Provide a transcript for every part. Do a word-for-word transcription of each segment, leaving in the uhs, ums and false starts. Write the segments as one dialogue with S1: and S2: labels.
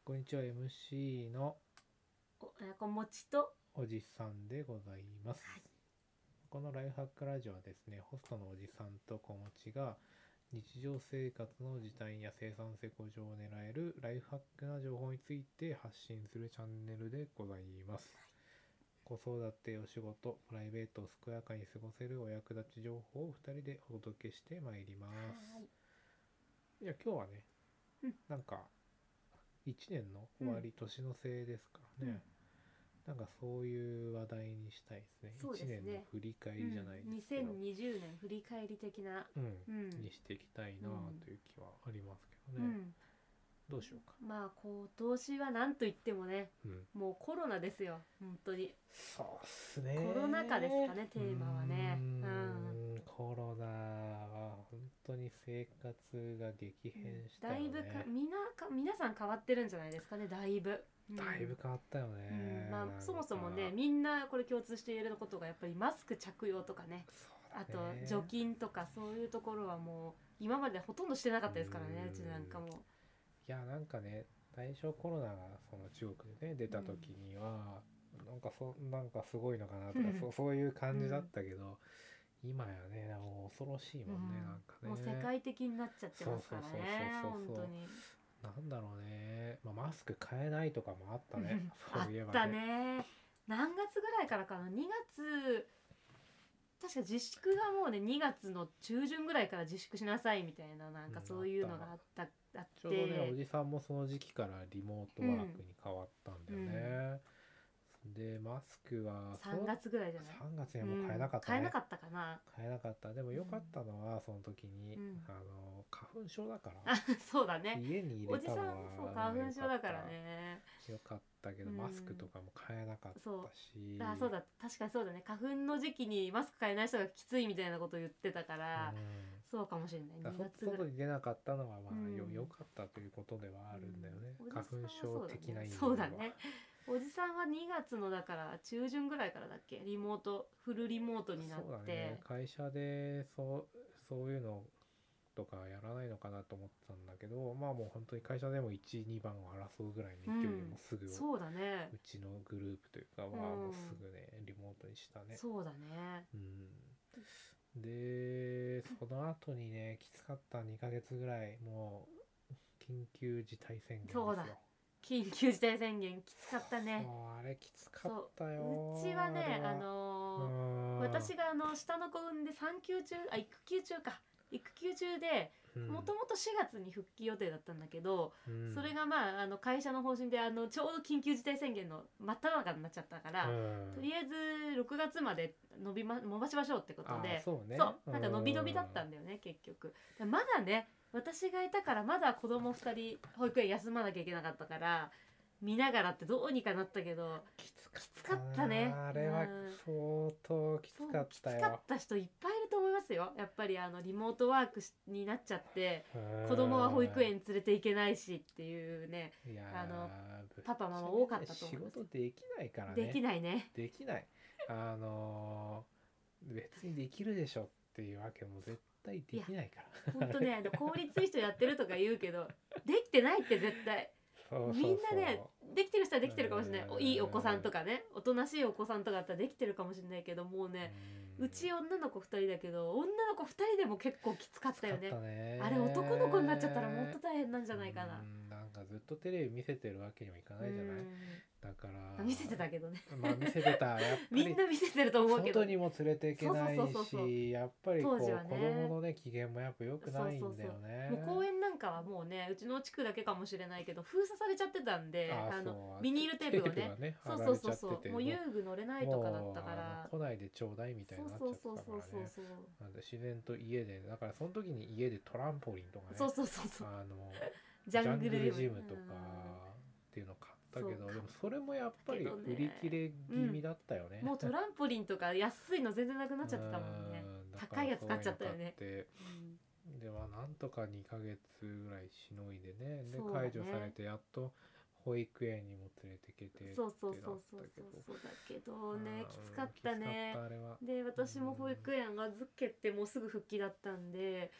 S1: こんにちは。 エムシー の
S2: おこもちと
S1: おじさんでございます、はい、このライフハックラジオはですね、ホストのおじさんとこもちが日常生活の時短や生産性向上を狙えるライフハックな情報について発信するチャンネルでございます、はい、子育て、お仕事、プライベートを健やかに過ごせるお役立ち情報をふたりでお届けしてまいります。はい、いや今日はね、うん、なんかいちねんの終わり、うん、年の瀬ですからね、うん、なんかそういう話題にしたいですね。
S2: そうですね、
S1: いちねんの振り返りじゃないですけど、
S2: うん、にせんにじゅうねん振り返り的な、
S1: うんうん、にしていきたいなという気はありますけどね、うん、どうしようか。
S2: まあ今年は何と言ってもね、うん、もうコロナですよ。本当に
S1: そうっすね、
S2: コロナ禍ですかね、テーマはね。
S1: うーん、うん、コロナは本当に生活が激変したよね、うん、だいぶか
S2: みなか皆さん変わってるんじゃないですかね。だいぶ
S1: だいぶ変わったよね、
S2: うん、まあそもそもね、みんなこれ共通して言えることがやっぱりマスク着用とか ね, ねあと除菌とかそういうところはもう今までほとんどしてなかったですからね。うちなんかも。
S1: いやなんかね、最初コロナがその中国でね出た時には、うん、なんかそなんかすごいのかなとかそ, そういう感じだったけど、うん、今やねもう恐ろしいもんね、うん、なんかね
S2: もう世界的になっちゃってますからね。本当に
S1: なんだろうね、まあ、マスク買えないとかもあったねそういえばね。
S2: あったね。何月ぐらいからかな、にがつ確か自粛がもうねにがつの中旬ぐらいから自粛しなさいみたいな、なんかそういうのがあった、うん、あって
S1: ちょうどねおじさんもその時期からリモートワークに変わったんだよね、うんうん、でマスクは
S2: さんがつぐらいじゃない。
S1: さんがつにはもう買えなかったね、
S2: うん、買えなかったかな。
S1: 買えなかった。でも良かったのは、うん、その時に、うん、あの花粉症だから
S2: そうだね、
S1: 家に入れたのは
S2: おじさんそう花粉症だからね。
S1: よかったけど、うん、マスクとかも買えなかったし。
S2: そうあそうだ確かにそうだね。花粉の時期にマスク買えない人がきついみたいなことを言ってたから、うん、そうかもしれない。
S1: にがつぐらい外に出なかったのはまあ、うん、よ, よかったということではあるんだよね、うん、花粉症的な意味では。
S2: そうだね。おじさんはにがつのだから中旬ぐらいからだっけ、リモートフルリモートになって。そうだね、
S1: 会社でそうそういうのとかやらないのかなと思ってたんだけど、まあもう本当に会社でもいち、にばんを争うぐらいの勢いでもすぐ、うん、
S2: そうだね、
S1: うちのグループというかはもうすぐね、うん、リモートにしたね。
S2: そうだね、
S1: うん、でその後にねきつかったにかげつぐらい、もう緊急事態宣言ですよ。
S2: そうだ、緊急事態宣言きつかったね。
S1: そうあれきつかったよ。
S2: うちはね、あ、あのー、私があの下の子産んで産休中あ育休中か育休中で、もともとしがつに復帰予定だったんだけど、うん、それがまああの会社の方針であのちょうど緊急事態宣言の真っ只中になっちゃったから、うん、とりあえずろくがつまで伸び、ま、伸ばしましょうってことで、
S1: そうね、
S2: そうなんか伸び伸びだったんだよね、うん、結局。まだね私がいたからまだ子供ふたり保育園休まなきゃいけなかったから見ながらってどうにかなったけど、
S1: きつかった、きつかったね。あれは相当きつかったよ。きつか
S2: った人いっぱいいると思いますよ。やっぱりあのリモートワークになっちゃって子供は保育園連れて行けないしっていうね、あのパパママ多かったと思います。
S1: 仕事できないからね。
S2: できないね。
S1: できない。あのー、別にできるでしょっていうわけも絶対できないから。
S2: 本当ね、あの効率いい人やってるとか言うけどできてないって絶対。そうそうそう、みんなねできてる人はできてるかもしれない。いいお子さんとかね、おとなしいお子さんとかだったらできてるかもしれないけど、もうね、うち女の子ふたりだけど女の子ふたりでも結構きつかったよ ね, ねあれ男の子になっちゃったらもっと大変なんじゃないかな。
S1: うんなんかずっとテレビ見せてるわけにはいかないじゃない。だから
S2: 見せてたけどね
S1: まあ見せてたやっぱり
S2: みんな見せてると思うけど、
S1: 外にも連れていけないし、やっぱりこう、ね、子供のね機嫌もやっぱ良くないんだよね。そうそうそう、
S2: もう公園なんかはもうねうちの地区だけかもしれないけど封鎖されちゃってたんで、ああのビニールテープが ね, ねそうそうそうそうもう遊具乗れないとかだったから
S1: 来ないでちょうだいみたいになっちゃってたからね。なんで自然と家でだからその時に家でトランポリンとかね、
S2: そうそうそうそう、
S1: あの
S2: ジャングル
S1: ジムとかっていうの買だけど、でもそれもやっぱり売り切れ気味だったよね、
S2: うん、もうトランポリンとか安いの全然なくなっちゃってたもんね。高いやつ買っちゃったよね。
S1: うん、ではなんとかにかげつぐらいしのいで ね, で解除されてやっと保育園にも連れてけて
S2: そうそうそうそうそうだけどね、きつかったね。で私も保育園預けてもうすぐ復帰だったんで、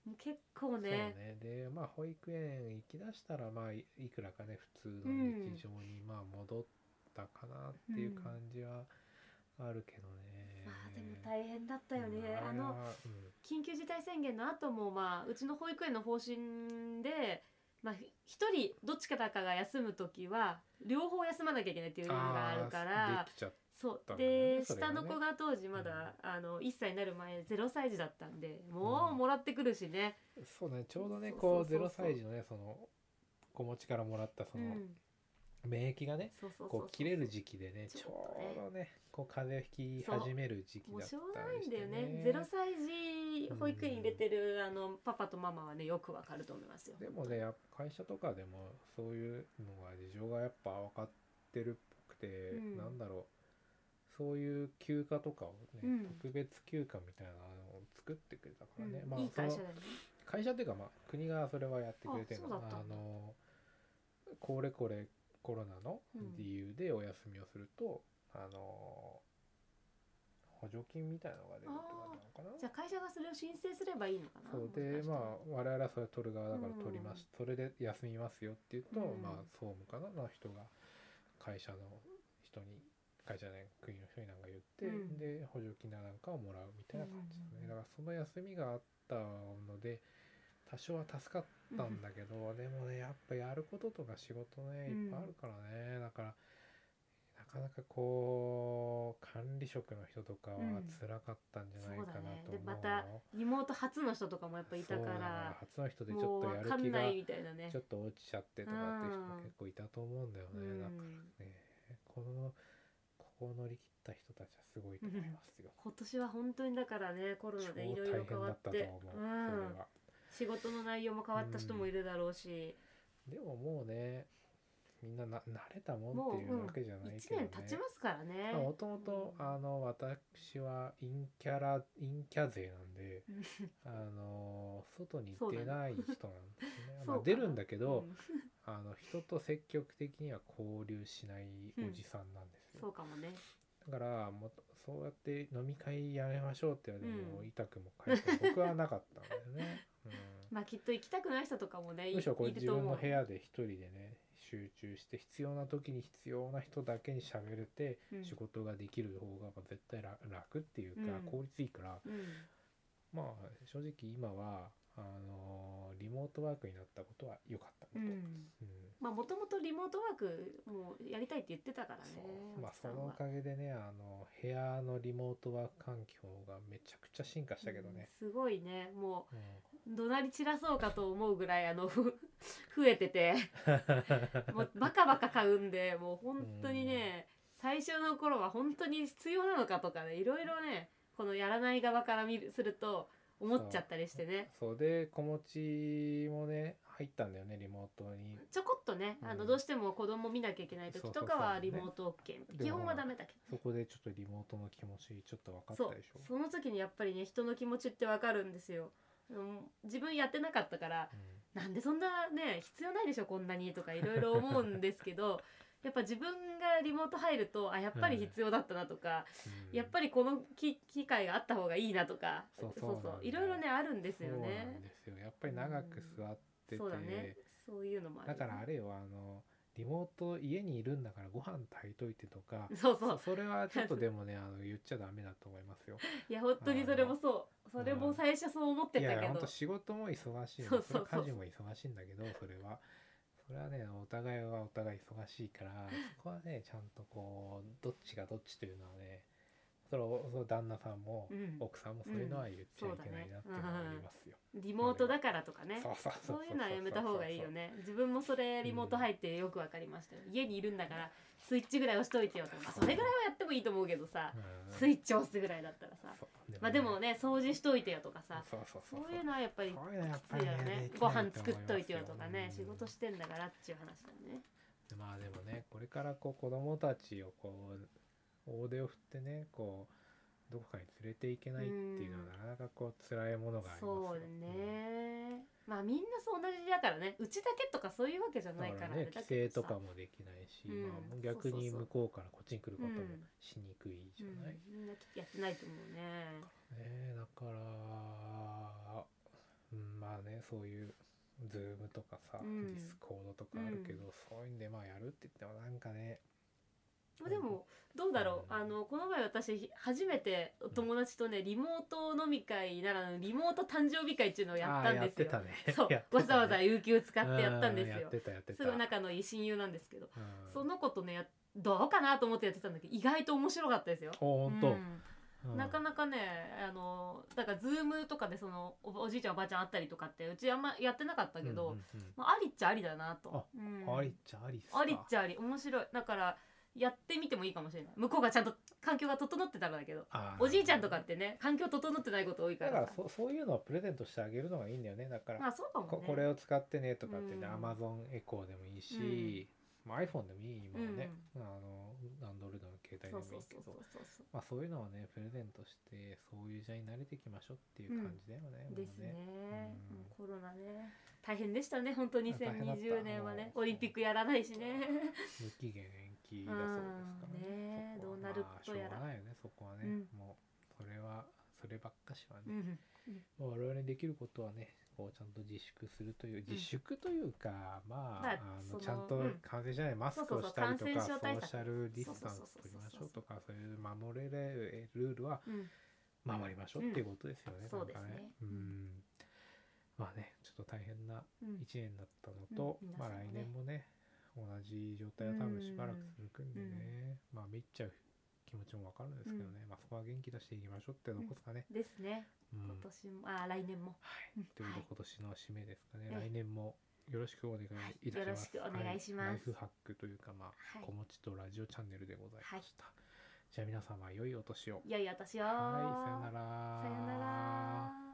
S2: もう結構ね。
S1: そうね。でまあ保育園行きだしたらまあいいくらかね普通の日常にまあ戻ったかなっていう感じはあるけどね。
S2: まあでも大変だったよね、
S1: うん、
S2: あの、
S1: うん、
S2: 緊急事態宣言の後もまあうちの保育園の方針で、まあ、一人どっちかだかが休む時は両方休まなきゃいけないっていうルールがあるから
S1: できちゃっ
S2: そう
S1: たんだよね
S2: で、
S1: それがね
S2: 下の子が当時まだ、うん、あのいっさいになる前ゼロさい児だったんでもうもらってくるしね、
S1: うん、そうねちょうどね
S2: そう
S1: こうゼロ
S2: そうそうそう
S1: さい児のねその子持ちからもらったその、
S2: うん
S1: 免疫がね
S2: そうそうそうそう
S1: こう切れる時期でねち
S2: ちょ
S1: ょ
S2: うどね
S1: うどねこう風邪ひき始める時期
S2: もう
S1: だった
S2: しょうがないん
S1: りして
S2: だよね
S1: ね。
S2: ゼロさい児保育園に入れてるあのパパとママはねよくわかると思いますよ。
S1: でもねやっぱ会社とかでもそういうのが事情がやっぱ分かってるっぽくて、
S2: うん、
S1: なんだろうそういう休暇とかをね、
S2: うん、
S1: 特別休暇みたいなのを作ってくれたからね、
S2: うん、
S1: まあ
S2: いい会社だよね。
S1: 会社っていうかまあ国がそれはやってくれてるの
S2: あ、そうだったんだ。
S1: あのこれこれコロナの理由でお休みをすると、うん、あの補助金みたいなのが出るって感じなのかな。
S2: じゃあ会社がそれを申請すればいいのかな。
S1: そうでまあ我々はそれ取る側だから取ります、
S2: うん、
S1: それで休みますよっていうと、
S2: うん、
S1: まあ総務かなの人が会社の人に会社ね国の人になんか言って、うん、で補助金なんかをもらうみたいな感じですね、うん、だからその休みがあったので多少は助かったんだけど、うん、でもねやっぱやることとか仕事ねいっぱいあるからね、うん、だからなかなかこう管理職の人とかは辛かったんじゃないかなと思う、うん、
S2: そうだね、でまたリモート初の人とかもやっぱいたから、
S1: 初の人でちょっとやる気が
S2: ね、
S1: ちょっと落ちちゃってとかっていう人も結構いたと思うんだよね、うん、だからねこのここを乗り切った人たちはすごいと思いますよ、
S2: うん、今年は本当にだからねコロナでいろいろ変わって、
S1: うん、それは
S2: 仕事の内容も変わった人もいるだろうし、
S1: うん、でももうねみんなな慣れたもんっていうわけじゃないけどね、
S2: うん、いちねん経ちますからね。
S1: もともとあの私は陰キャラ陰キャ勢なんであの外に出ない人なんですねまあ出るんだけど、うん、あの人と積極的には交流しないおじさんなんですよ、
S2: うん、そうかもね。
S1: だからもうそうやって飲み会やめましょうって言われても、うん、痛くもかゆくも僕はなかったんだよね、うん、
S2: まあきっと行きたくない人とかもね
S1: むしろこれ自分の部屋で一人でね集中して必要な時に必要な人だけに喋れて仕事ができる方が絶対楽っていうか効率いいから、うんうん、まあ正直今はあのー、リモートワークになったことは良かったこと、うんうん、
S2: まあもともとリモートワークもやりたいって言ってたからね。
S1: そう、まあ、そのおかげでねあの部屋のリモートワーク環境がめちゃくちゃ進化したけどね、
S2: うん、すごいねもう、うん、怒鳴り散らそうかと思うぐらいあの増えててもうバカバカ買うんでもう本当にね、うん、最初の頃は本当に必要なのかとかねいろいろねこのやらない側から見るすると思っちゃったりしてね。
S1: そう、そうで子持ちもね入ったんだよねリモートに
S2: ちょこっとね、うん、あのどうしても子供見なきゃいけない時とかはリモート OK、ね、基本はダメだけど、ね、
S1: そこでちょっとリモートの気持ちちょっと分かったでしょ。
S2: そ, その時にやっぱりね人の気持ちって分かるんですよ。自分やってなかったから、うん、なんでそんなね必要ないでしょこんなにとかいろいろ思うんですけどやっぱ自分がリモート入るとあやっぱり必要だったなとか、うん、やっぱりこの機会があった方がいいなとか、そうそうそういろいろねあるんですよね。
S1: そうなんですよやっぱり長く座ってて、うん、
S2: そうだねそういうのもある、
S1: ね、だからあれよあのリモート家にいるんだからご飯炊いといてとか
S2: そうそう
S1: そ, それはちょっとでもねあの言っちゃダメだと思いますよ。
S2: いや本当にそれもそうそれも最初そう思ってたけど、
S1: いや本当仕事も忙しいの、そうそうそうそれ家事も忙しいんだけどそれはそれはねお互いはお互い忙しいからそこはねちゃんとこうどっちがどっちというのはねそのその旦那さんも、うん、奥さんもそういうのは言っちゃいけないなっていうのはありますよ、
S2: うんねうん、リモートだからとかねそういうのはやめた方がいいよね。自分もそれリモート入ってよく分かりましたよ、うん、家にいるんだからスイッチぐらい押しといてよとか、まあ、それぐらいはやってもいいと思うけどさ、うん、スイッチ押すぐらいだったらさでも、ね、まあでもね掃除しといてよとかさそういうのはやっぱりきついよね。ご飯作っといてよとかね、うん、仕事してんだからっていう話だね。
S1: まあでもねこれからこう子供たちをこう大手を振ってねこうどこかに連れていけないっていうのはなかなかこう辛いものがありますよ。
S2: そうね、うん、まあみんなそう同じだからねうちだけとかそういうわけじゃないから
S1: ね規制とかもできないし、うんまあ、逆に向こうからこっちに来ることもしにくいじゃない、
S2: うんうん、みんなやってないと思うね。
S1: ねだからうん、まあね、そういうズームとかさ、
S2: うん
S1: ディスコードとかあるけど、
S2: うん
S1: そういうんでまあやるって言ってもなんかね、
S2: でもどうだろう、
S1: うん
S2: あのこの前私初めてお友達とねリモート飲み会ならぬリモート誕生日会っていうのをやったんですよ。
S1: あーやってたね
S2: そう、
S1: やってたね
S2: わざわざ有給使ってやったんです
S1: うんや
S2: よ
S1: っ。てたやってた
S2: すごい仲のいい親友なんですけど、
S1: うん、
S2: その子とねやどうかなと思ってやってたんだけど意外と面白かったですよ。
S1: おほんと、
S2: うん
S1: うん
S2: なかなかねあのだからズームとかでそのお、おじいちゃんおばあちゃん会ったりとかってうちあんまやってなかったけど、
S1: うんうんうん
S2: まあ、ありっちゃありだなと。
S1: あ、
S2: うん
S1: ありっちゃありっすか。
S2: ありっちゃあり面白い。だからやってみてもいいかもしれない。向こうがちゃんと環境が整ってたらだけど、
S1: あー
S2: おじいちゃんとかってね環境整ってないこと多いか
S1: だから
S2: らさ。
S1: そそういうのをプレゼントしてあげるのがいいんだよね。だから、
S2: まあそうかもね。
S1: ここれを使ってねとかってね、
S2: うん
S1: Amazon エコーでもいいし、まあ、iPhone でもいいもんね、
S2: うん
S1: あの Android の携帯で
S2: そう
S1: もい
S2: そそう
S1: いうけど、
S2: そうそう
S1: まあ、そういうのをねプレゼントしてそういう時代に慣れていきましょうっていう感じだよね、もうね
S2: ですね、
S1: うん
S2: もうコロナね大変でしたね本当にせんにじゅうねんはね
S1: 大変だった
S2: オリンピックやらないしね。
S1: 無期限延期だそうですからね。
S2: うんねえ
S1: そこは
S2: どうなることやら
S1: まあしょうがないよね、そこはね、
S2: うん
S1: もうそれはそればっかしはね、
S2: うん
S1: まあ我々にできることはね、こうちゃんと自粛するという、自粛というか、まあ、
S2: まあ
S1: あ
S2: その
S1: のちゃんと
S2: うん
S1: 感染しないマスクをしたりとか、
S2: そうそうそう
S1: ソ
S2: 感染症対策
S1: ーシャルディスタンス
S2: そうそうそうそう
S1: 取りましょうとか、そういう守れるルールは
S2: うん
S1: 守りましょうっていうことですよね。
S2: うんそうですね
S1: なんかうん。まあね、ちょっと大変な
S2: うん
S1: 一年だったのと、
S2: うん
S1: まあ
S2: 皆さんもね
S1: 来年もね、同じ状態は多分しばらく続くんでね、まあ見入っちゃう気持ちもわかるんですけどね、まあそこは元気出していきましょうってとこですかね。
S2: ですね
S1: うん
S2: 今年もあ来年も
S1: はい。ということで今年の締めですかね。
S2: ええ
S1: 来年もよろしくお願いいたします。
S2: よろしくお願いします
S1: はライフハックというか、まあ、
S2: はい
S1: 子持ちとラジオチャンネルでございました。じゃあ皆様良いお年を。
S2: いやいや私は
S1: はい、さよなら。
S2: さよなら。